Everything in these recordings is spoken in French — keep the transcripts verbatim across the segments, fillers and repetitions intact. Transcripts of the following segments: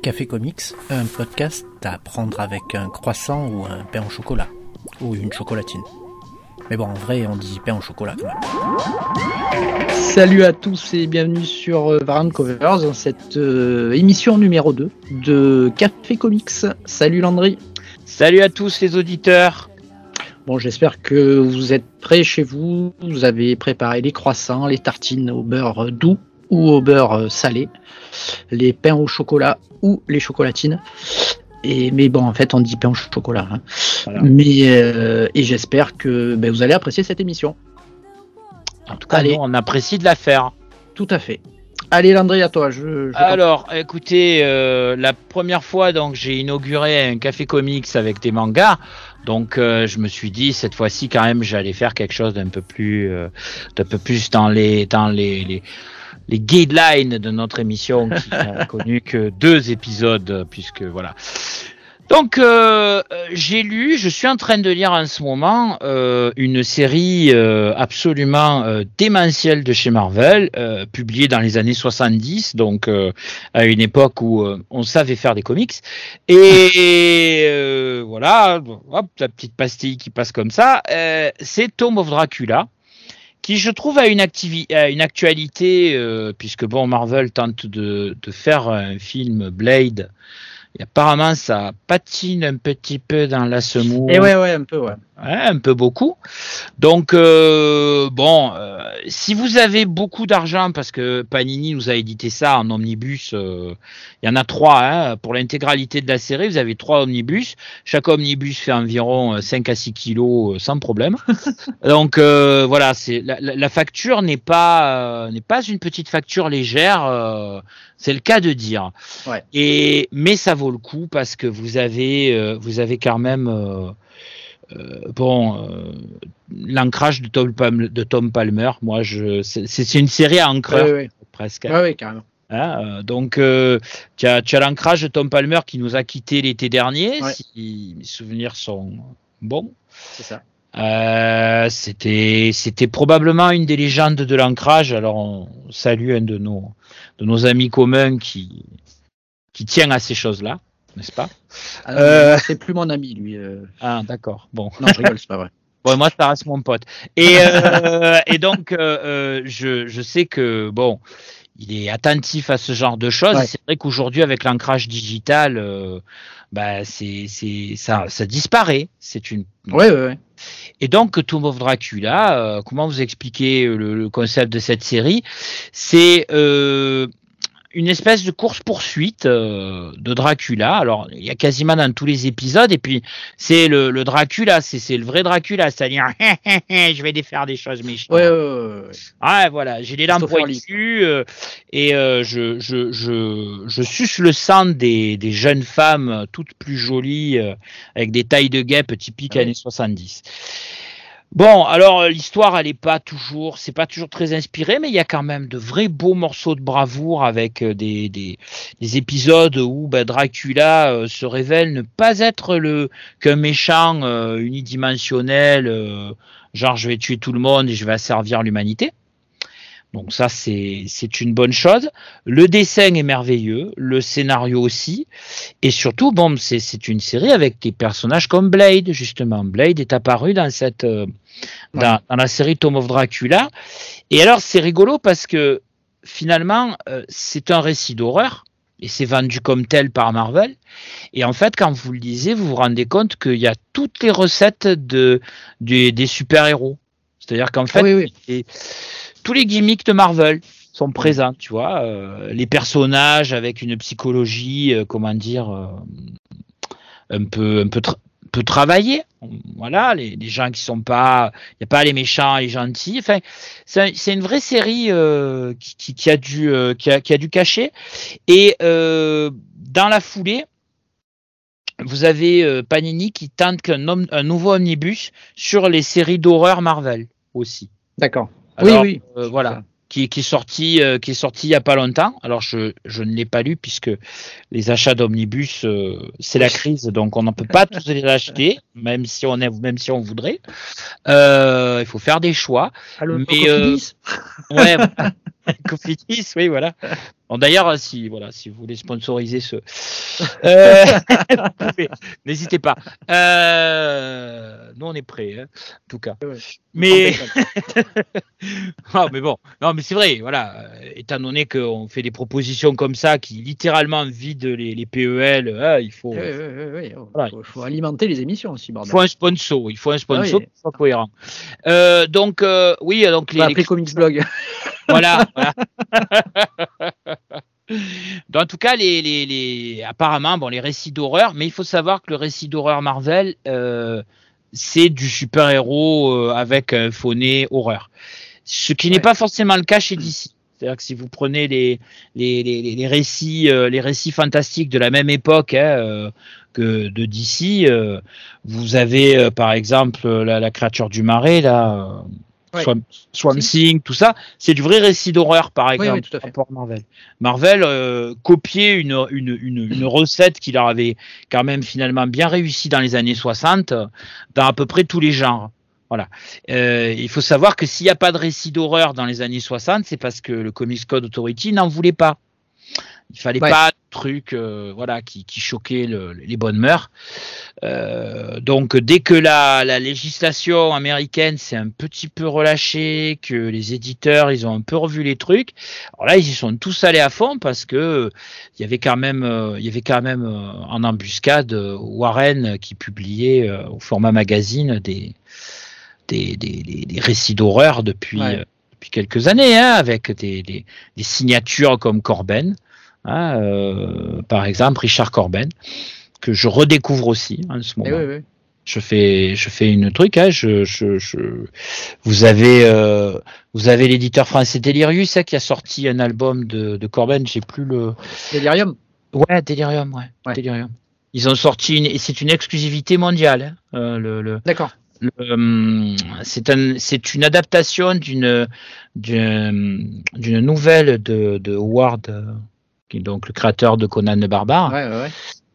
Café Comics, un podcast à prendre avec un croissant ou un pain au chocolat, ou une chocolatine. Mais bon, en vrai, on dit pain au chocolat quand même. Salut à tous et bienvenue sur euh, Variant Covers, dans cette euh, émission numéro deux de Café Comics. Salut Landry. Salut à tous les auditeurs. Bon, j'espère que vous êtes prêts chez vous. Vous avez préparé les croissants, les tartines au beurre doux ou au beurre salé, les pains au chocolat ou les chocolatines. Et, mais bon, en fait, on dit pain au chocolat. Hein. Voilà. Mais, euh, et j'espère que ben, vous allez apprécier cette émission. En tout cas, allez. Nous, on apprécie de la faire. Tout à fait. Allez, Landry, à toi. Je, je Alors, comprends. écoutez, euh, la première fois, donc, j'ai inauguré un café comics avec des mangas. Donc, euh, je me suis dit, cette fois-ci, quand même, j'allais faire quelque chose d'un peu plus, euh, d'un peu plus dans les, dans les, les, les guidelines de notre émission, qui n'a connu que deux épisodes, puisque voilà. Donc, euh, j'ai lu, je suis en train de lire en ce moment euh, une série euh, absolument euh, démentielle de chez Marvel, euh, publiée dans les années soixante-dix, donc euh, à une époque où euh, on savait faire des comics. Et euh, voilà, hop, la petite pastille qui passe comme ça, euh, c'est Tomb of Dracula, qui je trouve a une, activi- a une actualité, euh, puisque bon, Marvel tente de, de faire un film Blade. Et apparemment, ça patine un petit peu dans la semoule. Et ouais, ouais, un peu, ouais. Ouais, un peu beaucoup. Donc, euh, bon, euh, si vous avez beaucoup d'argent, parce que Panini nous a édité ça en omnibus, euh, il y en a trois, hein, pour l'intégralité de la série, vous avez trois omnibus. Chaque omnibus fait environ cinq à six kilos euh, sans problème. Donc, euh, voilà, c'est la, la, la facture n'est pas, euh, n'est pas une petite facture légère, euh, c'est le cas de dire. Ouais. Et, mais ça vaut le coup parce que vous avez, euh, vous avez quand même, euh, euh, bon, euh, l'ancrage de Tom, Palmer, de Tom Palmer. Moi, je, c'est, c'est une série à encreur, ouais, ouais. presque. Ouais, ouais, carrément. Hein, euh, donc, euh, tu as, tu as l'ancrage de Tom Palmer qui nous a quittés l'été dernier, ouais. Si mes souvenirs sont bons. C'est ça. Euh, c'était, c'était probablement une des légendes de l'ancrage. Alors, on salue un de nos, de nos amis communs qui, qui tient à ces choses-là, n'est-ce pas? Ah non, euh... c'est plus mon ami, lui. Euh... Ah, d'accord. Bon. Non, je rigole, c'est pas vrai. Bon, moi, ça reste mon pote. Et, euh, et donc, euh, je, je sais que, bon, il est attentif à ce genre de choses. Ouais. Et c'est vrai qu'aujourd'hui, avec l'ancrage digital, euh, bah, c'est, c'est, ça, ça disparaît. C'est une. Ouais, ouais, ouais. Et donc, Tomb of Dracula, euh, comment vous expliquer le, le concept de cette série? C'est euh, une espèce de course-poursuite euh, de Dracula. Alors, il y a quasiment dans tous les épisodes. Et puis, c'est le, le Dracula, c'est, c'est le vrai Dracula. C'est-à-dire, je vais défaire des choses méchantes. Ouais, ouais, ouais, ouais. Ouais, voilà, j'ai les lampes pointues euh, et euh, je, je, je, je suce le sang des, des jeunes femmes toutes plus jolies euh, avec des tailles de guêpes typiques ouais. années soixante-dix. Bon, alors l'histoire, elle est pas toujours, c'est pas toujours très inspiré, mais il y a quand même de vrais beaux morceaux de bravoure avec des des, des épisodes où ben, Dracula euh, se révèle ne pas être le qu'un méchant euh, unidimensionnel, euh, genre je vais tuer tout le monde et je vais asservir l'humanité. Donc ça, c'est, c'est une bonne chose. Le dessin est merveilleux, le scénario aussi. Et surtout, bon, c'est, c'est une série avec des personnages comme Blade, justement. Blade est apparu dans, cette, euh, ouais. dans, dans la série Tomb of Dracula. Et alors, c'est rigolo parce que finalement, euh, c'est un récit d'horreur. Et c'est vendu comme tel par Marvel. Et en fait, quand vous le lisez, vous vous rendez compte qu'il y a toutes les recettes de, de, des super-héros. C'est-à-dire qu'en fait... Ah oui, oui. Et, tous les gimmicks de Marvel sont présents, tu vois, euh, les personnages avec une psychologie, euh, comment dire, euh, un peu, un peu, tra- peu travaillée. Voilà, les, les gens qui sont pas, il y a pas les méchants, les gentils. Enfin, c'est, c'est une vraie série euh, qui, qui, qui a du, euh, qui a, qui a du cachet. Et euh, dans la foulée, vous avez euh, Panini qui tente un, om- un nouveau omnibus sur les séries d'horreur Marvel aussi. D'accord. Alors, oui, oui. Euh, voilà, qui, qui est sorti, euh, qui est sorti il y a pas longtemps. Alors je, je ne l'ai pas lu puisque les achats d'omnibus, euh, c'est la crise, donc on ne peut pas tous les acheter, même si on est, même si on voudrait. Euh, il faut faire des choix. Allô, mais euh, ouais. Cofidis, oui, voilà. Bon, d'ailleurs, si voilà, si vous voulez sponsoriser ce, euh, vous pouvez, n'hésitez pas. Euh, nous, on est prêts, hein, en tout cas. Ouais. Mais, ah, mais bon, non, mais c'est vrai, voilà. euh, Étant donné qu'on fait des propositions comme ça qui littéralement vident les, les P E L, hein, il faut, Oui, oui, oui, oui. Voilà. Faut, faut alimenter les émissions aussi, il bordel. faut un sponsor, il faut un sponsor Ah oui. qui soit cohérent. Euh, donc, euh, oui, donc On les, va les- appeler Comics Blog. voilà, voilà. Donc, en tout cas, les, les, les, apparemment, bon, les récits d'horreur, mais il faut savoir que le récit d'horreur Marvel, euh, c'est du super-héros euh, avec un phoné horreur. Ce qui n'est Ouais. pas forcément le cas chez D C. C'est-à-dire que si vous prenez les, les, les, les récits, euh, les récits fantastiques de la même époque hein, euh, que de D C, euh, vous avez euh, par exemple la, la créature du marais, là, euh, Ouais. Swamp, Swamp Si. Thing, tout ça, c'est du vrai récit d'horreur par Oui, exemple. oui, tout à fait. Rapport Marvel. Marvel euh, copiait une, une, une, une recette qui leur avait quand même finalement bien réussi dans les années soixante dans à peu près tous les genres. Voilà. Euh, il faut savoir que s'il n'y a pas de récit d'horreur dans les années soixante, c'est parce que le Comics Code Authority n'en voulait pas. Il fallait Ouais. pas de trucs euh, voilà, qui, qui choquaient le, les bonnes mœurs. Euh, donc dès que la, la législation américaine s'est un petit peu relâchée, que les éditeurs ils ont un peu revu les trucs, alors là ils y sont tous allés à fond parce que il y avait quand même, euh, il y avait quand même euh, en embuscade euh, Warren qui publiait euh, au format magazine des des, des, des, des récits d'horreur depuis, Ouais. euh, depuis quelques années, hein, avec des, des, des signatures comme Corben, hein, euh, par exemple Richard Corben, que je redécouvre aussi en ce moment. Eh oui, oui. Je fais, je fais une truc, hein, je, je, je, vous avez, euh, vous avez l'éditeur français Delirious hein, qui a sorti un album de, de Corben, j'ai plus le. Delirium. Ouais, Delirium, ouais, Ouais. Delirium. Ils ont sorti une, et c'est une exclusivité mondiale, hein, euh, le, le, D'accord. le, hum, c'est un, c'est une adaptation d'une, d'une, d'une nouvelle de, de Howard, euh, qui est donc le créateur de Conan le Barbare. Ouais, ouais, ouais.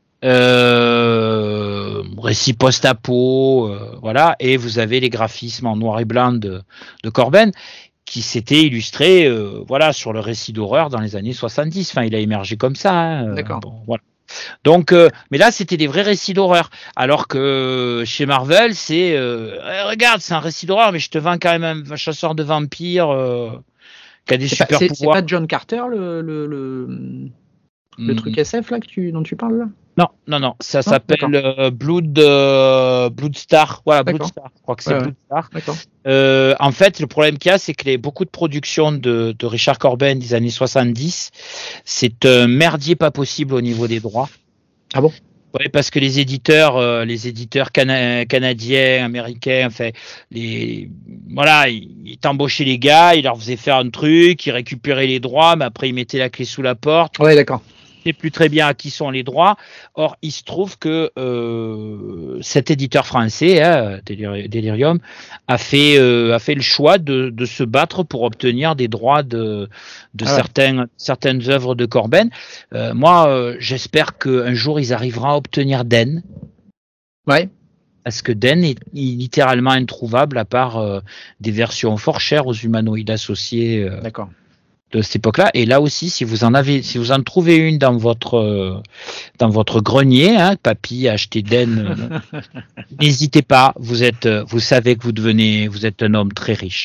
Euh, récit post-apo, euh, voilà, et vous avez les graphismes en noir et blanc de, de Corben qui s'était illustré, euh, voilà, sur le récit d'horreur dans les années soixante-dix. Enfin, il a émergé comme ça. Hein, euh, D'accord. bon, voilà. Donc, euh, mais là, c'était des vrais récits d'horreur. Alors que chez Marvel, c'est, euh, eh, regarde, c'est un récit d'horreur, mais je te vends quand même un chasseur de vampires euh, qui a des C'est pas, super c'est- c'est pouvoirs. pas John Carter le, le, le, le Hmm. truc S F là que tu, dont tu parles là? Non, non, non, ça Non, s'appelle euh, Blood, euh, Blood Star. Voilà, Blood D'accord. Star. Je crois que c'est Ouais, Blood Star. D'accord. Euh, en fait, le problème qu'il y a, c'est que les, beaucoup de productions de, de Richard Corben des années soixante-dix, c'est un merdier pas possible au niveau des droits. Ah bon? Ouais, parce que les éditeurs, euh, les éditeurs cana- canadiens, américains, enfin, les, voilà, ils, ils embauchaient les gars, ils leur faisaient faire un truc, ils récupéraient les droits, mais après ils mettaient la clé sous la porte. Ouais, d'accord. Je ne sais plus très bien à qui sont les droits. Or, il se trouve que euh, cet éditeur français, hein, Deliri- Delirium, a fait, euh, a fait le choix de, de se battre pour obtenir des droits de, de Ah ouais. certains, certaines œuvres de Corben. Euh, moi, euh, j'espère qu'un jour, ils arriveront à obtenir Den. Ouais. Parce que Den est littéralement introuvable à part euh, des versions fort chères aux humanoïdes associés. Euh, D'accord. de cette époque-là. Et là aussi, si vous en avez, si vous en trouvez une dans votre euh, dans votre grenier, hein, papy a acheté Den, euh, n'hésitez pas. Vous êtes, euh, vous savez que vous devenez, vous êtes un homme très riche.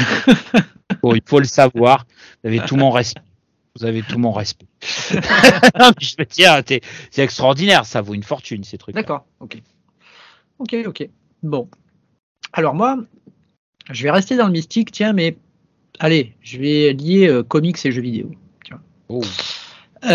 Bon, il faut le savoir. Vous avez tout mon respect. Vous avez tout mon respect. Non, mais je veux dire, c'est c'est extraordinaire. Ça vaut une fortune ces trucs. D'accord. Ok. Ok, ok. Bon. Alors moi, je vais rester dans le mystique, tiens, mais allez, je vais lier euh, comics et jeux vidéo. Oh. Il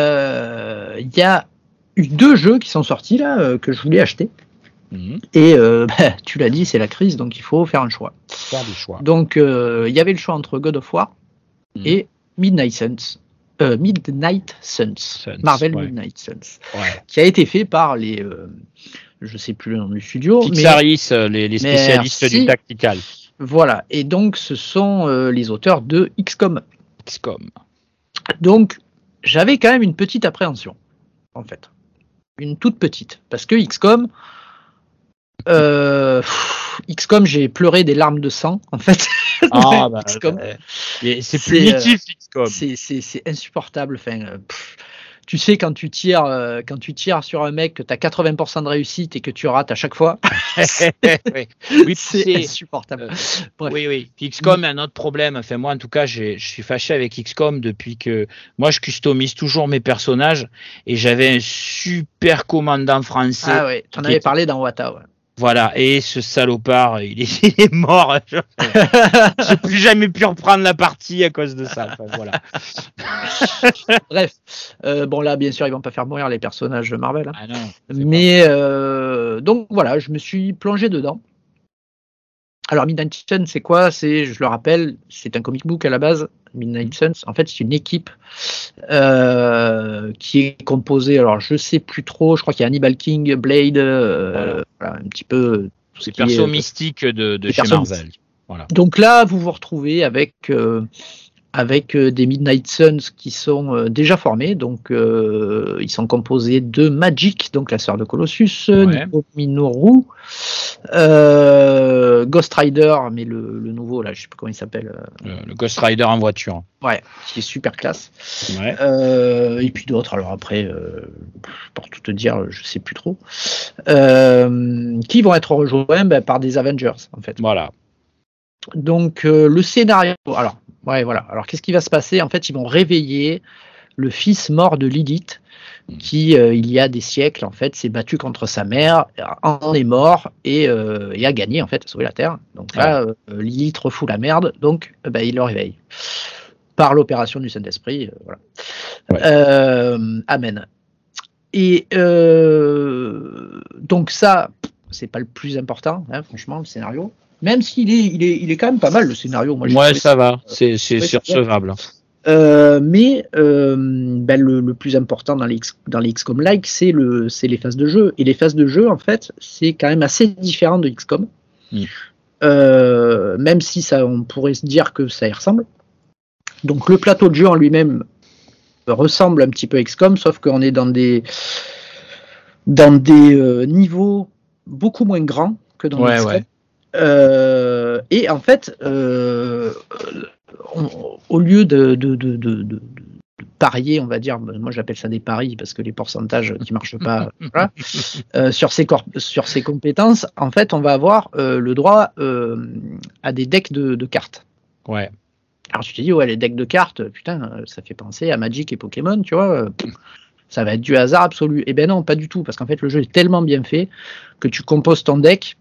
euh, y a eu deux jeux qui sont sortis là euh, que je voulais acheter. Mmh. Et euh, bah, tu l'as dit, c'est la crise, donc il faut faire un choix. Faire des choix. Donc il euh, y avait le choix entre God of War Mmh. et Midnight Suns. Euh, Midnight Suns. Suns, Marvel ouais. Midnight Suns. Ouais. Qui a été fait par les... Euh, je sais plus le nom du studio. Pixaris, mais... les, les spécialistes Merci. du tactical. Voilà, et donc ce sont euh, les auteurs de X COM. X COM. Donc j'avais quand même une petite appréhension, en fait. Une toute petite. Parce que X COM, euh, pff, X COM, j'ai pleuré des larmes de sang, en fait. Ah, bah, X COM. bah, c'est punitif, euh, X COM. C'est, c'est, c'est insupportable. Enfin, euh, pff, tu sais, quand tu tires, euh, quand tu tires sur un mec, que tu as quatre-vingts pour cent de réussite et que tu rates à chaque fois, c'est, oui. Oui, c'est c'est insupportable. euh, Bref. Oui, oui. Puis X COM a un autre problème. Enfin, moi, en tout cas, j'ai- je suis fâché avec X COM depuis que moi, je customise toujours mes personnages et j'avais un super commandant français. Ah ouais, t'en qui avais était- parlé dans Wata. Ouais. Voilà. Et ce salopard, il est, il est mort. J'ai plus jamais pu reprendre la partie à cause de ça. Enfin, voilà. Bref, euh, bon là, bien sûr, ils vont pas faire mourir les personnages Marvel. Hein. Ah non. Mais euh, donc voilà, je me suis plongé dedans. Alors Midnight Suns, c'est quoi? C'est, je le rappelle, c'est un comic book à la base. Midnight Suns, en fait, c'est une équipe euh, qui est composée. Alors, je sais plus trop. Je crois qu'il y a Hannibal King, Blade, euh, Voilà. voilà, un petit peu. Tout C'est perso mystique de, de chez Marvel. Voilà. Donc là, vous vous retrouvez avec euh, avec euh, des Midnight Suns qui sont euh, déjà formés. Donc, euh, ils sont composés de Magic, donc la sœur de Colossus, Ouais. Nico Minoru, euh, Ghost Rider, mais le, le nouveau, là, je sais plus comment il s'appelle. Le, le Ghost Rider en voiture. Ouais, qui est super classe. Ouais. Euh, et puis d'autres, alors après, euh, pour tout te dire, je sais plus trop. Euh, qui vont être rejoints ben, par des Avengers, en fait. Voilà. Donc, euh, le scénario. Alors, ouais, voilà. Alors, qu'est-ce qui va se passer? En fait, ils vont réveiller le fils mort de Lilith, qui, euh, il y a des siècles, en fait, s'est battu contre sa mère, en est mort et, euh, et a gagné, en fait, à sauver la Terre. Donc là, ouais. euh, Lilith refout la merde, donc euh, bah, il le réveille. Par l'opération du Saint-Esprit. Euh, voilà. Ouais. Euh, amen. Et euh, donc, ça, c'est pas le plus important, hein, franchement, le scénario. Même s'il est, il est, il est quand même pas mal, le scénario. Moi, ouais, ça va, c'est, c'est, c'est recevable. Euh, mais euh, ben le, le plus important dans les, dans les X COM-like, c'est, le, c'est les phases de jeu. Et les phases de jeu, en fait, c'est quand même assez différent de X COM. Mm. Euh, même si ça, on pourrait se dire que ça y ressemble. Donc le plateau de jeu en lui-même ressemble un petit peu à X COM, sauf qu'on est dans des, dans des euh, niveaux beaucoup moins grands que dans ouais, X COM. Ouais. Euh, et en fait, euh, on, au lieu de, de, de, de, de parier, on va dire, moi j'appelle ça des paris parce que les pourcentages qui marchent pas, voilà, euh, sur, ses corp- sur ses compétences, en fait, on va avoir euh, le droit euh, à des decks de, de cartes. Ouais. Alors tu te dis, ouais, les decks de cartes, putain, ça fait penser à Magic et Pokémon, tu vois. Ça va être du hasard absolu. Eh ben non, pas du tout, parce qu'en fait, le jeu est tellement bien fait que tu composes ton deck.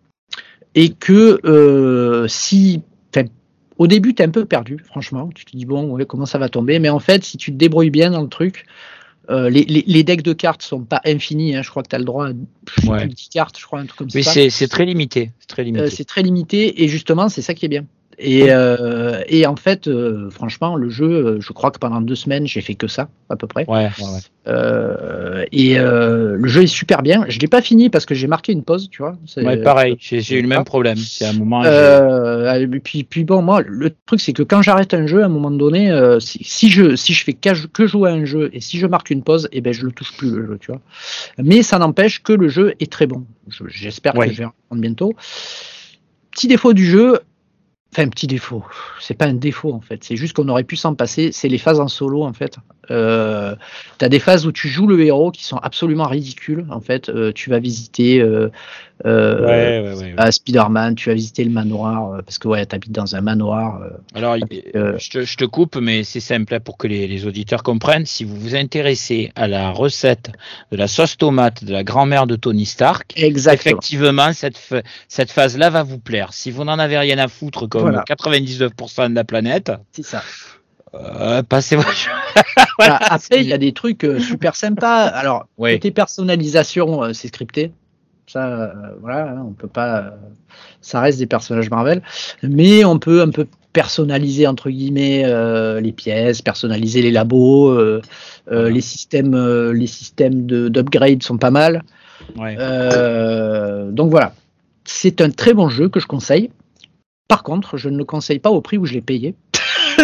Et que euh, si, au début, tu es un peu perdu, franchement. Tu te dis, bon, ouais, comment ça va tomber? Mais en fait, si tu te débrouilles bien dans le truc, euh, les, les, les decks de cartes sont pas infinis. Hein, je crois que tu as le droit à ouais. dix cartes, je crois, un truc comme oui, ça. Oui, c'est, c'est très limité. C'est très limité. Euh, c'est très limité. Et justement, c'est ça qui est bien. Et, euh, et en fait, euh, franchement, le jeu, je crois que pendant deux semaines, j'ai fait que ça, à peu près. Ouais, ouais, ouais. Euh, et euh, le jeu est super bien. Je l'ai pas fini parce que j'ai marqué une pause, tu vois. C'est, ouais, pareil. J'ai, j'ai eu le même problème. C'est un moment. Euh, et puis, puis bon, moi, le truc, c'est que quand j'arrête un jeu, à un moment donné, euh, si, si je si je fais que jouer à un jeu et si je marque une pause, et eh ben je le touche plus le jeu, tu vois. Mais ça n'empêche que le jeu est très bon. Je, j'espère ouais. que je vais en reprendre bientôt. Petit défaut du jeu. Enfin, un petit défaut. C'est pas un défaut, en fait. C'est juste qu'on aurait pu s'en passer. C'est les phases en solo, en fait. Euh, tu as des phases où tu joues le héros qui sont absolument ridicules, en fait. Euh, tu vas visiter euh, euh, ouais, ouais, ouais, ouais. Spider-Man, tu vas visiter le manoir, euh, parce que ouais, tu habites dans un manoir. Euh, Alors, avec, euh, je, te, je te coupe, mais c'est simple pour que les, les auditeurs comprennent. Si vous vous intéressez à la recette de la sauce tomate de la grand-mère de Tony Stark, exactement. Effectivement, cette, cette phase-là va vous plaire. Si vous n'en avez rien à foutre, comme voilà. quatre-vingt-dix-neuf pour cent de la planète, c'est ça. Euh, passez voilà, voilà, après, il y a des trucs euh, super sympas. Alors, oui. Côté personnalisation, euh, c'est scripté. Ça, euh, voilà, hein, on peut pas. Euh, ça reste des personnages Marvel, mais on peut un peu personnaliser entre guillemets euh, les pièces, personnaliser les labos, euh, voilà. les systèmes, euh, les systèmes de, d'upgrade sont pas mal. Ouais. Euh, donc voilà, c'est un très bon jeu que je conseille. Par contre, je ne le conseille pas au prix où je l'ai payé.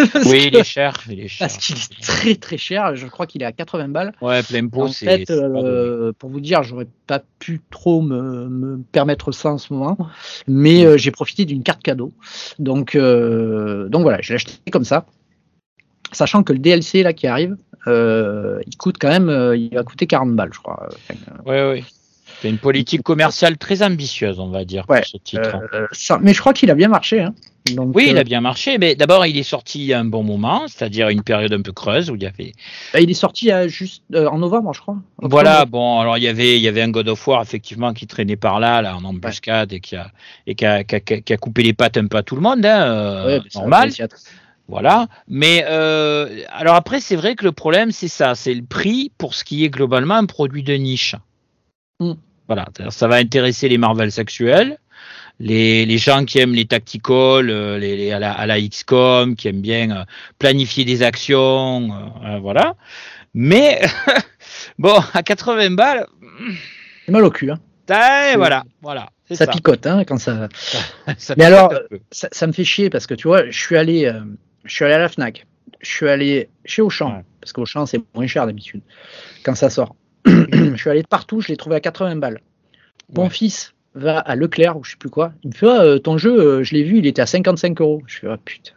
Oui, il est cher. Il est cher. Parce qu'il est très très cher. Je crois qu'il est à quatre-vingts balles. Ouais, plein pot, En c'est. fait, c'est euh, pour vous dire, j'aurais pas pu trop me, me permettre ça en ce moment, mais euh, j'ai profité d'une carte cadeau. Donc, euh, donc voilà, je l'ai acheté comme ça, sachant que le D L C là qui arrive, euh, il coûte quand même, euh, il va coûter quarante balles, je crois. Enfin, euh... Oui, oui. C'est une politique commerciale très ambitieuse, on va dire, ouais, pour ce titre. Euh, ça, mais je crois qu'il a bien marché. Hein. Donc, oui, il euh, a bien marché, mais d'abord, il est sorti il y a un bon moment, c'est-à-dire une période un peu creuse où il y avait. Bah, il est sorti à juste euh, en novembre, je crois. Octobre. Voilà, bon, alors il y avait, il y avait un God of War effectivement qui traînait par là, là en embuscade ouais. et qui a, et qui a, qui, a, qui a coupé les pattes un peu à tout le monde, hein, euh, ouais, normal. Voilà, mais euh, alors après, c'est vrai que le problème, c'est ça, c'est le prix pour ce qui est globalement un produit de niche. Mm. Voilà, ça va intéresser les Marvel sexuels. Les, les gens qui aiment les tacticals, les, les, à, la, à la X COM, qui aiment bien euh, planifier des actions, euh, voilà. Mais bon, à quatre-vingts balles, c'est mal au cul. Hein. Ouais, voilà, voilà. Ça, ça picote hein, quand ça. ça Mais alors, ça, ça me fait chier parce que tu vois, je suis allé, euh, je suis allé à la Fnac, je suis allé chez Auchan ouais. parce qu'Auchan c'est moins cher d'habitude quand ça sort. Je suis allé de partout, je l'ai trouvé à quatre-vingts balles. Mon ouais. fils va à Leclerc ou je sais plus quoi. Il me fait ah, ton jeu, euh, je l'ai vu, il était à cinquante-cinq euros. Je fais ah putain.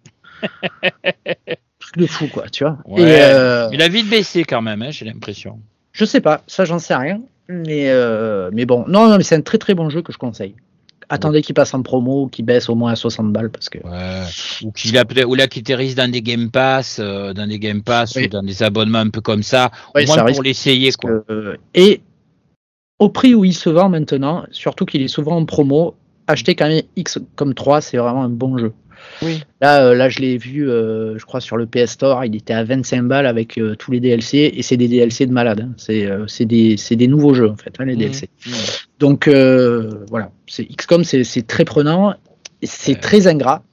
Truc de fou quoi, tu vois. Ouais, et euh, il a vite baissé quand même, hein, j'ai l'impression. Je sais pas, ça j'en sais rien. Mais euh, mais bon, non non mais c'est un très très bon jeu que je conseille. Attendez ouais. qu'il passe en promo, qu'il baisse au moins à soixante balles parce que. Ouais. Ou qu'il a peut-être ou là qu'il atterrisse dans des Game Pass, euh, dans des Game Pass oui. ou dans des abonnements un peu comme ça, ouais, au moins ça pour l'essayer quoi. Que, euh, et au prix où il se vend maintenant, surtout qu'il est souvent en promo, acheter quand même X COM trois, c'est vraiment un bon jeu. Oui. Là, euh, là, je l'ai vu, euh, je crois sur le P S Store, il était à vingt-cinq balles avec euh, tous les D L C et c'est des D L C de malade. Hein. C'est, euh, c'est des, c'est des nouveaux jeux en fait, hein, les mmh. D L C. Mmh. Donc euh, voilà, c'est X COM, c'est, c'est très prenant, c'est euh... très ingrat.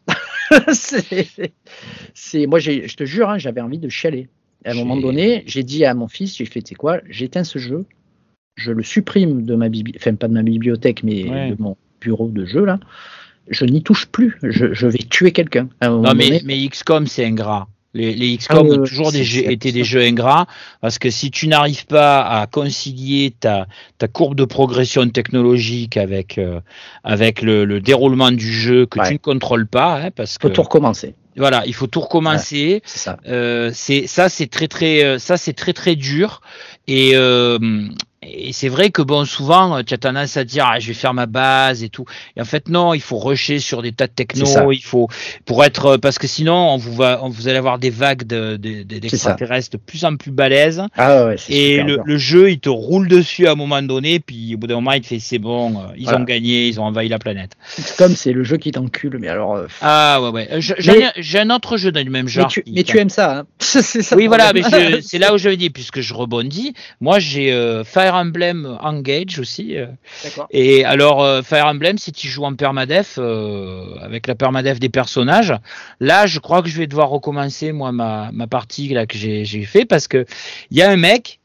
c'est, c'est, moi, j'ai, je te jure, hein, j'avais envie de chialer. À un j'ai... moment donné, j'ai dit à mon fils, j'ai fait, tu sais quoi, j'éteins ce jeu. Je le supprime de ma bibliothèque, enfin pas de ma bibliothèque, mais ouais. de mon bureau de jeu là. Je n'y touche plus. Je, je vais tuer quelqu'un. Non mais, donné. mais X COM c'est ingrat. Les, les X COM ah, ont toujours des jeux, été des jeux ingrats parce que si tu n'arrives pas à concilier ta, ta courbe de progression technologique avec, euh, avec le, le déroulement du jeu que ouais. tu ne contrôles pas, hein, parce que faut tout recommencer. Voilà, il faut tout recommencer. Ouais, c'est ça. Euh, c'est ça, c'est très très, ça c'est très très dur. Et, euh, et c'est vrai que bon, souvent, tu as tendance à dire, ah, je vais faire ma base et tout. Et en fait, non, il faut rusher sur des tas de techno. Il faut pour être, parce que sinon, on vous va, on, vous allez avoir des vagues de, de, de, d'extraterrestres de plus en plus balèzes. Ah ouais, c'est et le, le jeu, il te roule dessus à un moment donné, puis au bout d'un moment, il te fait, c'est bon, ils voilà. ont gagné, ils ont envahi la planète. Comme c'est le jeu qui t'encule, mais alors. Euh... Ah ouais ouais. Je, mais... j'ai, j'ai un autre jeu dans le même genre. Mais tu, qui, mais tu aimes ça, hein. C'est ça. Oui voilà, mais je, c'est là où je dis, puisque je rebondis. Moi, j'ai euh, Fire Emblem Engage aussi. Euh, D'accord. Et alors, euh, Fire Emblem, si tu joues en permadef, euh, avec la permadef des personnages, là, je crois que je vais devoir recommencer, moi, ma, ma partie là, que j'ai, j'ai fait, parce que il y a un mec,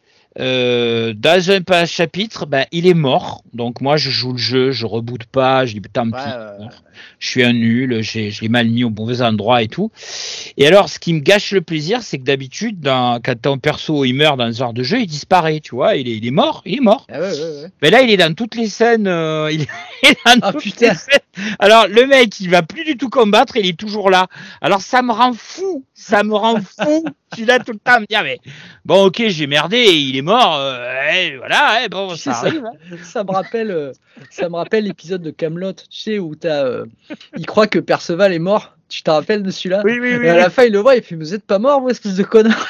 euh, dans un chapitre, ben, il est mort. Donc, moi, je joue le jeu, je reboote pas, je dis, tant pis, ouais, euh... je suis un nul, j'ai, je l'ai mal mis au mauvais endroit et tout. Et alors, ce qui me gâche le plaisir, c'est que d'habitude, dans, quand ton perso il meurt dans ce genre de jeu, il disparaît, tu vois, il est, il est mort, il est mort. Ah ouais, ouais, ouais. Mais là, il est dans toutes les scènes, euh, il est dans ah, toutes putain. les scènes. Alors, le mec, il va plus du tout combattre, il est toujours là. Alors, ça me rend fou, ça me rend fou. Je suis là tout le temps à me dire, mais bon, ok, j'ai merdé, il est mort, euh, et voilà, et bon, ça ça, arrive. Hein. Ça me rappelle, euh, ça me rappelle l'épisode de Kaamelott, tu sais, où t'as, euh, il croit que Perceval est mort. Tu te rappelles de celui-là? Oui, oui, oui. Et à la fin, il le voit, il fait, vous êtes pas mort, vous, espèce de connard.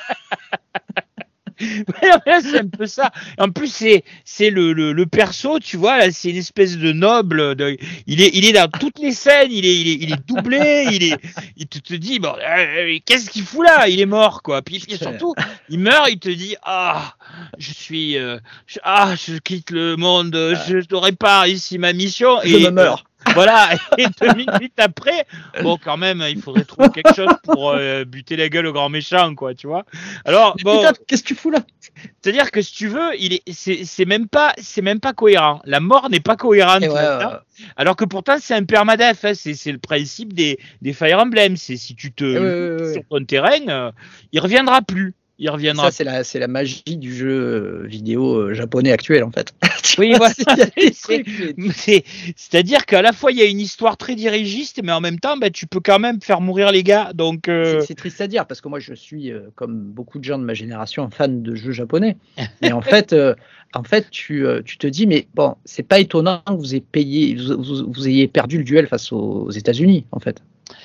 C'est un peu ça. En plus, c'est c'est le, le, le perso, tu vois, là, c'est une espèce de noble. De, il est il est dans toutes les scènes, il est il est, il est doublé, il est il te, te dit bon, euh, qu'est-ce qu'il fout là? Il est mort quoi. Puis, puis surtout, il meurt, il te dit ah, je suis euh, je, ah, je quitte le monde, je n'aurai pas réussi ma mission. Je et, me meurs. Euh, Voilà, et deux minutes après, bon, quand même, il faudrait trouver quelque chose pour euh, buter la gueule au grand méchant, quoi, tu vois. Alors, bon. Putain, qu'est-ce que tu fous là? C'est-à-dire que si tu veux, il est, c'est, c'est même pas, c'est même pas cohérent. La mort n'est pas cohérente. Ouais, ouais. Alors que pourtant, c'est un permadef, hein. c'est, c'est le principe des, des Fire Emblem. C'est si tu te ouais, ouais, ouais. sur ton terrain, euh, il reviendra plus. Il reviendra. Ça, c'est la, c'est la magie du jeu vidéo japonais actuel, en fait. Oui, voilà. c'est, c'est, c'est-à-dire qu'à la fois, il y a une histoire très dirigiste, mais en même temps, bah, tu peux quand même faire mourir les gars. Donc, euh... c'est, c'est triste à dire, parce que moi, je suis, euh, comme beaucoup de gens de ma génération, fan de jeux japonais. Mais en fait, euh, en fait tu, euh, tu te dis, mais bon, c'est pas étonnant que vous ayez, payé, vous, vous, vous ayez perdu le duel face aux, aux États-Unis, en fait.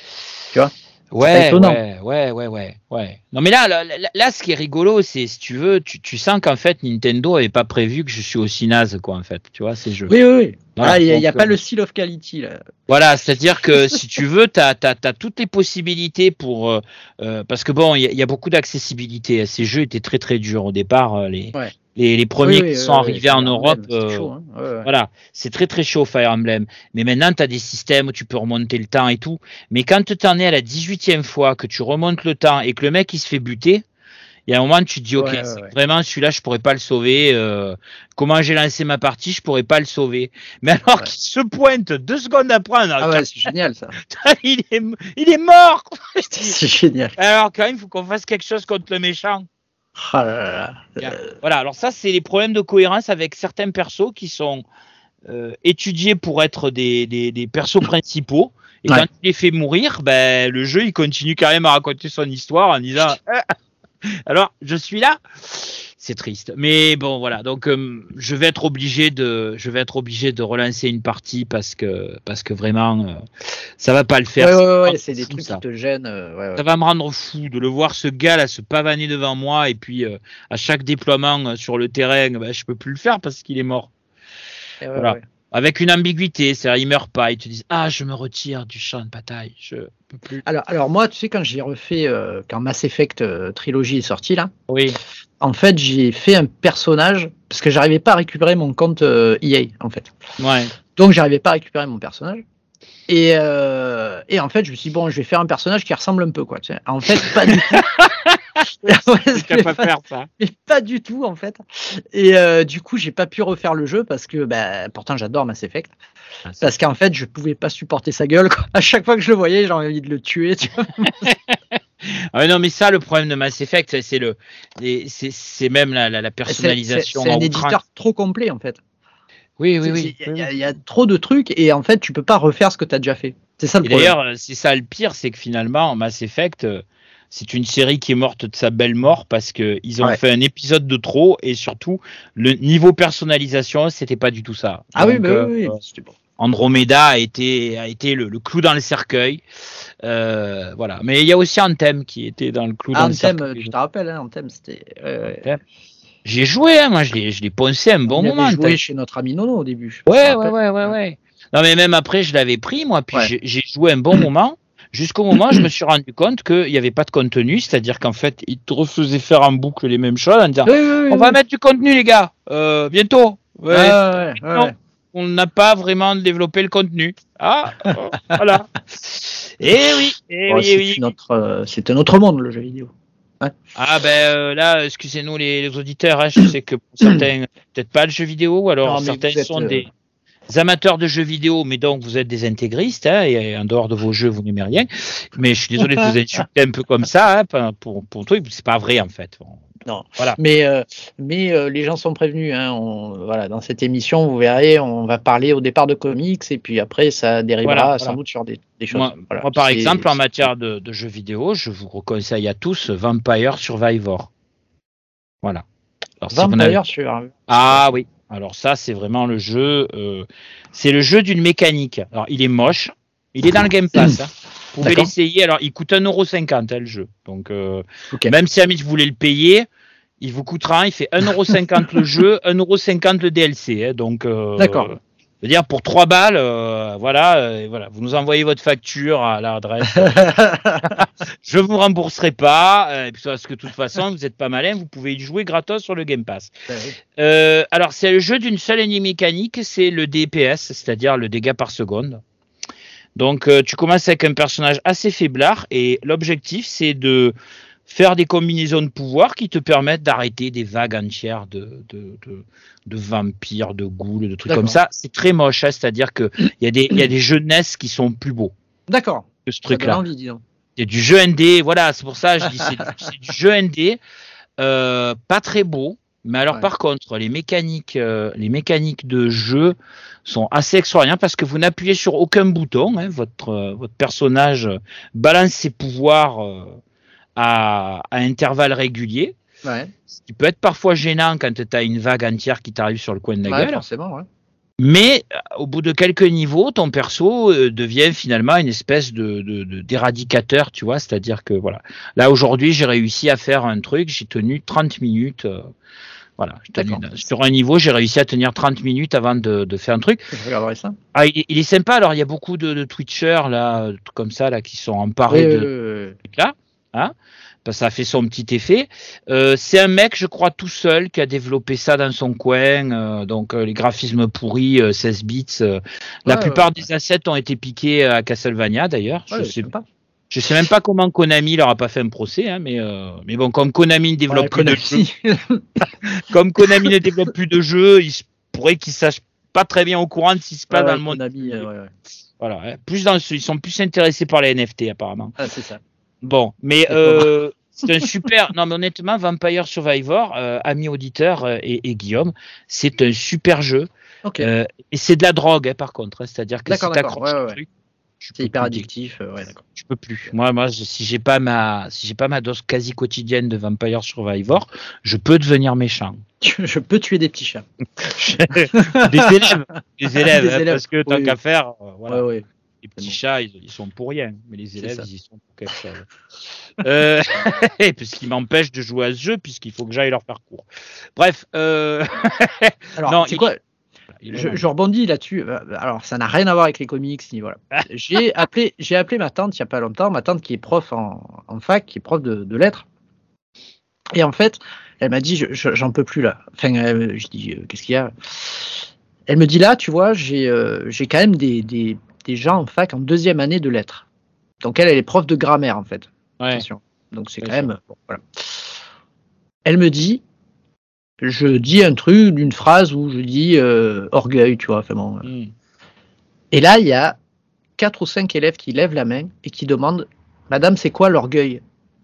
Tu vois? Ouais, ouais, ouais, ouais, ouais, ouais. Non, mais là, là, là, là, ce qui est rigolo, c'est, si tu veux, tu, tu sens qu'en fait, Nintendo avait pas prévu que je suis aussi naze, quoi, en fait, tu vois, ces jeux. Oui, oui, oui. Voilà, il n'y a, a pas euh... le seal of quality, là. Voilà, c'est-à-dire que si tu veux, tu as toutes les possibilités pour... Euh, euh, parce que bon, il y, y a beaucoup d'accessibilité. Ces jeux étaient très, très durs au départ. Les, ouais. les, les premiers oui, qui oui, sont oui, arrivés en Europe, c'est chaud, hein. ouais, ouais. Voilà, c'est très, très chaud, Fire Emblem. Mais maintenant, tu as des systèmes où tu peux remonter le temps et tout. Mais quand tu en es à la dix-huitième fois que tu remontes le temps et que le mec, il se fait buter, il y a un moment, tu te dis, ok, ouais, ouais, ouais. vraiment, celui-là, je pourrais pas le sauver. Euh, comment j'ai lancé ma partie, je pourrais pas le sauver. Mais alors ouais. qu'il se pointe deux secondes après, ah ouais, c'est génial ça. il est, il est mort. C'est génial. Alors quand même, il faut qu'on fasse quelque chose contre le méchant. Oh là là. Euh... Voilà. Alors ça, c'est les problèmes de cohérence avec certains persos qui sont euh, étudiés pour être des, des, des persos principaux. Et ouais. quand tu les fais mourir, ben le jeu, il continue quand même à raconter son histoire en disant. Alors, je suis là, c'est triste, mais bon, voilà. Donc, euh, je vais être obligé de, je vais être obligé de relancer une partie parce que, parce que vraiment, euh, ça va pas le faire. Ouais, ouais, ouais, c'est des trucs ça. qui te gênent. Euh, ouais, ouais. Ça va me rendre fou de le voir ce gars là se pavaner devant moi et puis euh, à chaque déploiement sur le terrain, ben, je peux plus le faire parce qu'il est mort. Ouais, voilà. Ouais. Avec une ambiguïté, c'est-à-dire ils meurent pas, ils te disent ah je me retire du champ de bataille, je peux plus. Alors, alors moi tu sais quand j'ai refait euh, quand Mass Effect euh, Trilogy est sorti là, oui. En fait j'ai fait un personnage parce que j'arrivais pas à récupérer mon compte euh, E A en fait. Ouais. Donc j'arrivais pas à récupérer mon personnage et euh, et en fait je me suis dit bon je vais faire un personnage qui ressemble un peu quoi. Tu sais. En fait pas du tout. ouais, pas pas, faire ça. Mais pas du tout en fait. Et euh, du coup, j'ai pas pu refaire le jeu parce que, bah, pourtant, j'adore Mass Effect. Ah, parce qu'en fait, je pouvais pas supporter sa gueule. Quoi. À chaque fois que je le voyais, j'ai envie de le tuer. Tu vois ah non, mais ça, le problème de Mass Effect, c'est le, c'est, c'est même la, la, la personnalisation. C'est, c'est, c'est un éditeur trop complet en fait. Oui, oui, oui. Il y, y, y a trop de trucs et en fait, tu peux pas refaire ce que tu as déjà fait. C'est ça le et problème. D'ailleurs, c'est ça le pire, c'est que finalement, Mass Effect. C'est une série qui est morte de sa belle mort parce que ils ont ouais. fait un épisode de trop et surtout le niveau personnalisation c'était pas du tout ça. Ah Donc, oui, bah euh, oui, oui. Euh, Andromeda a été a été le, le clou dans le cercueil, euh, voilà. Mais il y a aussi Anthem qui était dans le clou ah, dans Anthem, le cercueil. Tu te rappelles, hein, Anthem c'était. Euh, Anthem. J'ai joué, hein, moi je l'ai je l'ai poncé un bon On moment. On joué Anthem. Chez notre ami Nono au début. Ouais, ouais, ouais, ouais, ouais. Non mais même après je l'avais pris moi, puis ouais. j'ai, j'ai joué un bon moment. Jusqu'au moment où je me suis rendu compte qu'il n'y avait pas de contenu, c'est-à-dire qu'en fait, ils te refaisaient faire en boucle les mêmes choses en disant oui, oui, oui, on va oui. mettre du contenu, les gars, euh, bientôt. Ouais, ouais, ouais, non, ouais. On n'a pas vraiment développé le contenu. Ah, euh, voilà. Et oui, et oh, oui, c'est, oui. Notre, euh, c'est un autre monde, le jeu vidéo. Ouais. Ah ben euh, là, excusez-nous les, les auditeurs, hein, je sais que pour certains, peut-être pas le jeu vidéo, ou alors non, certains êtes, sont euh... des... amateurs de jeux vidéo, mais donc vous êtes des intégristes, hein, et en dehors de vos jeux, vous n'aimez rien. Mais je suis désolé de vous insulter un peu comme ça, hein, pour, pour toi, c'est pas vrai en fait. Bon, non, voilà. Mais, euh, mais euh, les gens sont prévenus. Hein, on, voilà, dans cette émission, vous verrez, on va parler au départ de comics, et puis après, ça dérivera voilà, sans voilà. doute sur des, des choses. Moi, voilà. moi par c'est, exemple, c'est... en matière de, de jeux vidéo, je vous conseille à tous Vampire Survivor. Voilà. Alors, Vampire si avez... sur. Ah oui. Alors ça, c'est vraiment le jeu. Euh, c'est le jeu d'une mécanique. Alors, il est moche. Il est dans le Game Pass. Hein. Vous pouvez D'accord. l'essayer. Alors, il coûte un euro cinquante, hein, le jeu. Donc, euh, okay. même si Amit voulait le payer, il vous coûtera. Il fait un euro cinquante le jeu, un euro cinquante le D L C. Hein, donc, euh, D'accord. C'est-à-dire pour trois balles, euh, voilà, euh, voilà, vous nous envoyez votre facture à l'adresse. Je vous rembourserai pas, euh, parce que de toute façon, vous n'êtes pas malin, vous pouvez y jouer gratos sur le Game Pass. Ben oui. euh, alors, c'est le jeu d'une seule et unique mécanique, c'est le D P S, c'est-à-dire le dégât par seconde. Donc euh, tu commences avec un personnage assez faiblard et l'objectif c'est de faire des combinaisons de pouvoirs qui te permettent d'arrêter des vagues entières de, de, de, de vampires, de ghouls, de trucs D'accord. comme ça. C'est très moche, hein, c'est-à-dire qu'il y, a des, y a des jeux N E S qui sont plus beaux D'accord. que ce Ça donne truc-là. envie, dis donc. Il y a du jeu N D, voilà, c'est pour ça que je dis c'est, c'est du jeu N D, euh, pas très beau, mais alors Ouais. par contre, les mécaniques, euh, les mécaniques de jeu sont assez extraordinaires parce que vous n'appuyez sur aucun bouton, hein, votre, euh, votre personnage balance ses pouvoirs euh, à, à intervalles réguliers, Ouais. ce qui peut être parfois gênant quand tu as une vague entière qui t'arrive sur le coin de la Ouais, gueule. forcément, ouais. Mais euh, au bout de quelques niveaux, ton perso euh, devient finalement une espèce de, de, de d'éradicateur, tu vois, c'est-à-dire que voilà. Là aujourd'hui, j'ai réussi à faire un truc, j'ai tenu trente minutes. Euh, voilà, j'ai tenu, sur un niveau, j'ai réussi à tenir trente minutes avant de, de faire un truc. Je regarderai ça. Ah, il, il est sympa. Alors il y a beaucoup de, de Twitchers là, comme ça, là, qui sont emparés Oui, de oui, oui, oui. là, hein. Ça a fait son petit effet. Euh, c'est un mec, je crois, tout seul qui a développé ça dans son coin. Euh, donc euh, les graphismes pourris, euh, seize bits. Euh, la Ouais, plupart ouais. des assets ont été piqués à Castlevania d'ailleurs. Ouais, je c'est sais, sympa. je sais même pas comment Konami leur a pas fait un procès, hein, mais euh, mais bon, comme Konami ne développe Ouais, plus de Konami. jeux, comme Konami ne développe plus de jeux, il se pourrait qu'ils sachent pas très bien au courant de ce qui se passe Ouais, dans ouais, le monde. Konami, euh, ouais, ouais. Voilà, hein. Plus dans, ils sont plus intéressés par les N F T apparemment. Ah, c'est ça. Bon, mais Les euh, c'est un super. Non, mais honnêtement, Vampire Survivor, euh, amis auditeurs euh, et, et Guillaume, c'est un super jeu. Ok. Euh, et c'est de la drogue, hein, par contre. Hein, c'est-à-dire que D'accord, si d'accord. t'accroches Ouais, au ouais, ouais. truc, tu C'est peux hyper plus addictif. euh, ouais, d'accord. Je peux plus. Moi, moi, je- si j'ai pas ma, si j'ai pas ma dose quasi quotidienne de Vampire Survivor, je peux devenir méchant. Je peux tuer des petits chats. Des élèves, des élèves, Des hein, élèves, parce que tant oui, qu'à oui. faire, euh, voilà. Ouais, ouais. Les petits bon. chats, ils, ils sont pour rien, mais les C'est élèves, ça. ils y sont pour quelque chose. euh, puisqu'ils m'empêchent de jouer à ce jeu, puisqu'il faut que j'aille leur faire cours. Bref, euh... Alors, non, c'est il- quoi il est je, vraiment je rebondis là-dessus. Euh, Alors, ça n'a rien à voir avec les comics ni voilà. J'ai appelé, j'ai appelé ma tante il y a pas longtemps, ma tante qui est prof en, en fac, qui est prof de, de lettres. Et en fait, elle m'a dit, je, je- j'en peux plus là. Enfin, euh, je dis, euh, qu'est-ce qu'il y a? Elle me dit là, tu vois, j'ai, euh, j'ai quand même des, des, des gens en fac en deuxième année de lettres. Donc elle, elle est prof de grammaire en fait. Ouais. Attention. Donc c'est Bien quand sûr. même, bon, voilà. Elle me dit, je dis un truc d'une phrase où je dis euh, orgueil, tu vois. Enfin bon. euh. Hmm. Et là, il y a quatre ou cinq élèves qui lèvent la main et qui demandent, Madame, c'est quoi l'orgueil?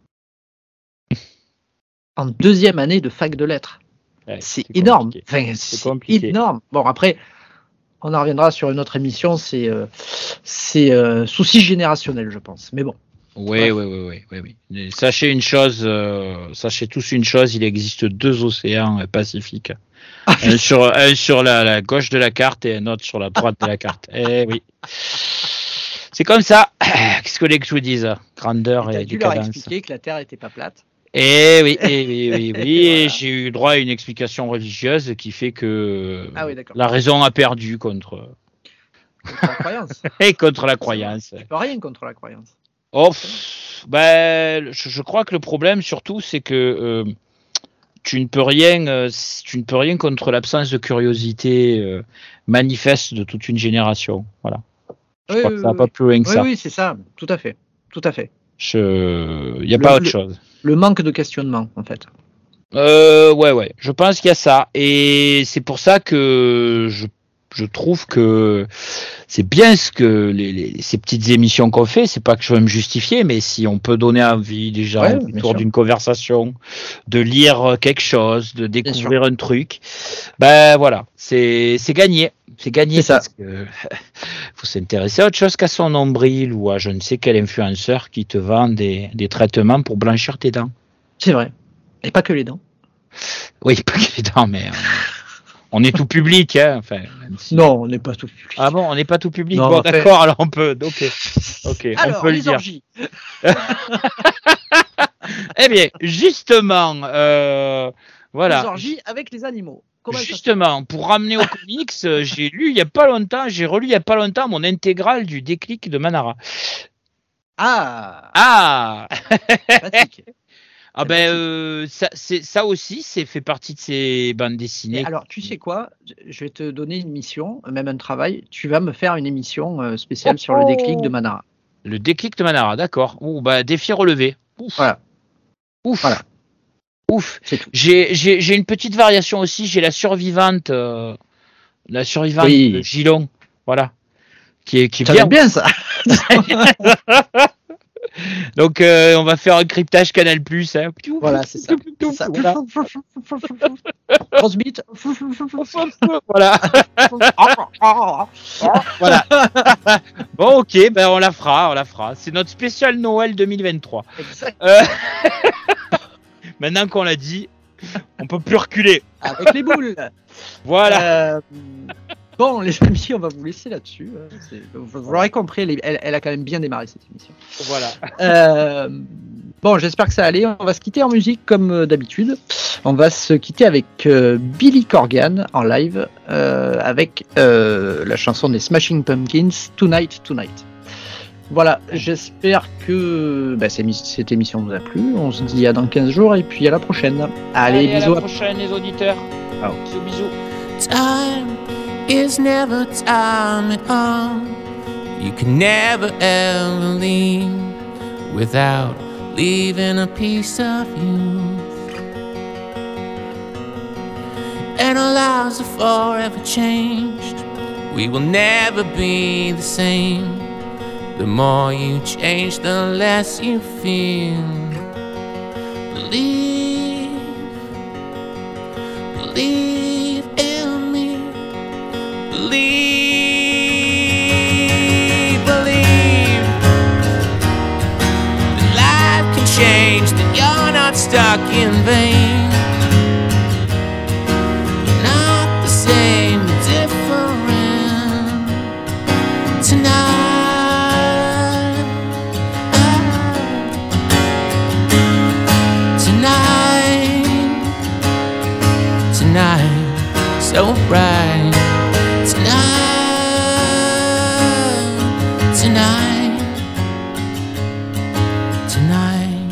En deuxième année de fac de lettres. Ouais, C'est c'est énorme. compliqué. Enfin, C'est c'est compliqué. énorme. Bon, après, on en reviendra sur une autre émission. C'est euh, c'est euh, souci générationnel, je pense. Mais bon. Oui, oui, oui, oui, oui, oui. Mais sachez une chose, euh, sachez tous une chose, il existe deux océans euh, pacifiques. Ah, Un sur, un sur la, la gauche de la carte et un autre sur la droite de la carte. Eh oui. C'est comme ça. Qu'est-ce que les que je vous dise? Grandeur t'as et dû leur décadence. expliquer que la Terre n'était pas plate. Eh oui, eh oui, oui, oui. Et Voilà. j'ai eu droit à une explication religieuse qui fait que Ah oui, d'accord. la raison a perdu contre, Contre la croyance. et contre la croyance. Tu peux rien contre la croyance. Oh, pff, ben, je, je crois que le problème surtout, c'est que euh, tu ne peux rien, euh, tu ne peux rien contre l'absence de curiosité euh, manifeste de toute une génération. Voilà. Je Oui, crois oui, que ça va oui, pas oui. plus loin que Oui, ça. oui, c'est ça. Tout à fait. Tout à fait. Je, il y a Le- pas autre le- chose. Le manque de questionnement, en fait. Euh, ouais, ouais. Je pense qu'il y a ça, et c'est pour ça que je je trouve que c'est bien ce que les, les, ces petites émissions qu'on fait. C'est pas que je veux me justifier, mais si on peut donner envie déjà Ouais, au bien détour sûr. d'une conversation, de lire quelque chose, de sûr. découvrir un truc, ben voilà, c'est c'est gagné. C'est gagné C'est ça. parce que faut s'intéresser à autre chose qu'à son nombril ou à je ne sais quel influenceur qui te vend des, des traitements pour blanchir tes dents. C'est vrai. Et pas que les dents. Oui, pas que les dents, mais euh, on est tout public, hein. Enfin, même si- Non, on n'est pas tout public. Ah bon, on n'est pas tout public. Non, Bon, en fait- d'accord, alors on peut. Ok, ok, Alors, on peut le les dire. orgies. Eh bien, justement, euh, voilà. Les orgies avec les animaux. Comment ça se Justement, pour ramener aux comics, euh, j'ai lu il y a pas longtemps, j'ai relu il y a pas longtemps mon intégrale du Déclic de Manara. Ah, Ah, pratique. Ah ben euh, ça, c'est ça aussi, c'est fait partie de ces bandes dessinées. Et alors, tu sais quoi? Je vais te donner une mission, même un travail. Tu vas me faire une émission spéciale oh, sur le déclic de Manara. Le déclic de Manara, d'accord. Ouh, bah défi relevé. Ouf. Voilà. Ouf. Voilà. Ouf. J'ai, j'ai, j'ai une petite variation aussi. J'ai la survivante, euh, la survivante oui. de Gilon. Voilà. Qui est, qui est bien. bien ça. Donc euh, on va faire un cryptage Canal Plus. Hein. Voilà, c'est ça. C'est ça. Voilà. Crossbeat. Voilà. Voilà. Bon, ok, ben on la fera, on la fera. C'est notre spécial Noël deux mille vingt-trois. Euh... Maintenant qu'on l'a dit, on peut plus reculer. Avec les boules. Voilà. Euh... Bon, les amis, on va vous laisser là-dessus. C'est... Vous l'aurez compris, elle, elle, elle a quand même bien démarré cette émission. Voilà. Euh... Bon, j'espère que ça allait. On va se quitter en musique comme d'habitude. On va se quitter avec euh, Billy Corgan en live euh, avec euh, la chanson des Smashing Pumpkins, Tonight, Tonight. Voilà, j'espère que bah, cette émission vous a plu. On se dit à dans quinze jours et puis à la prochaine. Allez, Allez bisous. À la prochaine, les auditeurs. Ciao. Bisous, bisous. Time is never time at all. You can never ever leave without leaving a piece of youth. And our lives are forever changed. We will never be the same. The more you change, the less you feel. Believe, believe in me. Believe, believe that life can change, that you're not stuck in vain. You're not the same, different tonight. Tonight, so bright. Tonight, tonight, tonight.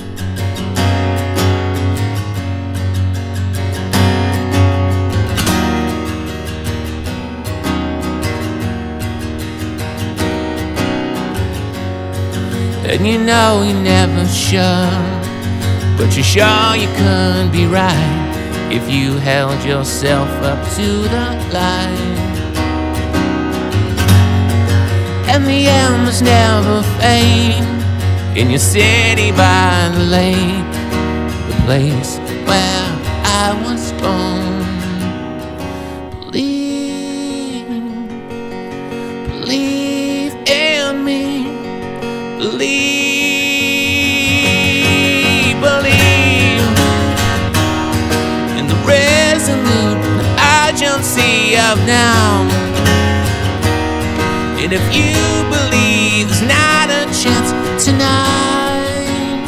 And you know you never should, but you're sure you could be right if you held yourself up to the light. And the embers never fade in your city by the lake, the place where I was born. Believe, believe in me. Believe, believe in the resolute urgency of now. And if you believe there's not a chance tonight,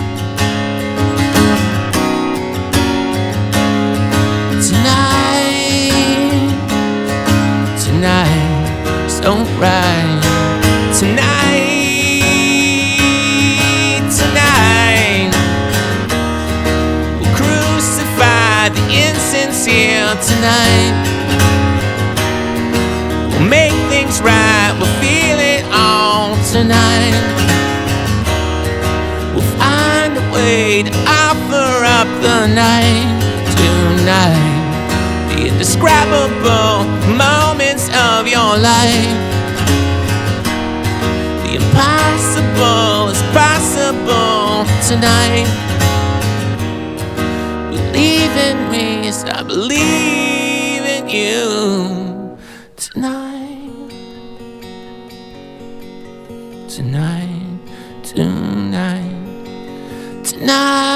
tonight, tonight, so right, tonight. Insincere tonight. We'll make things right. We'll feel it all tonight. We'll find a way to offer up the night tonight. The indescribable moments of your life. The impossible is possible tonight. Believe in me as I believe in you tonight, tonight, tonight, tonight.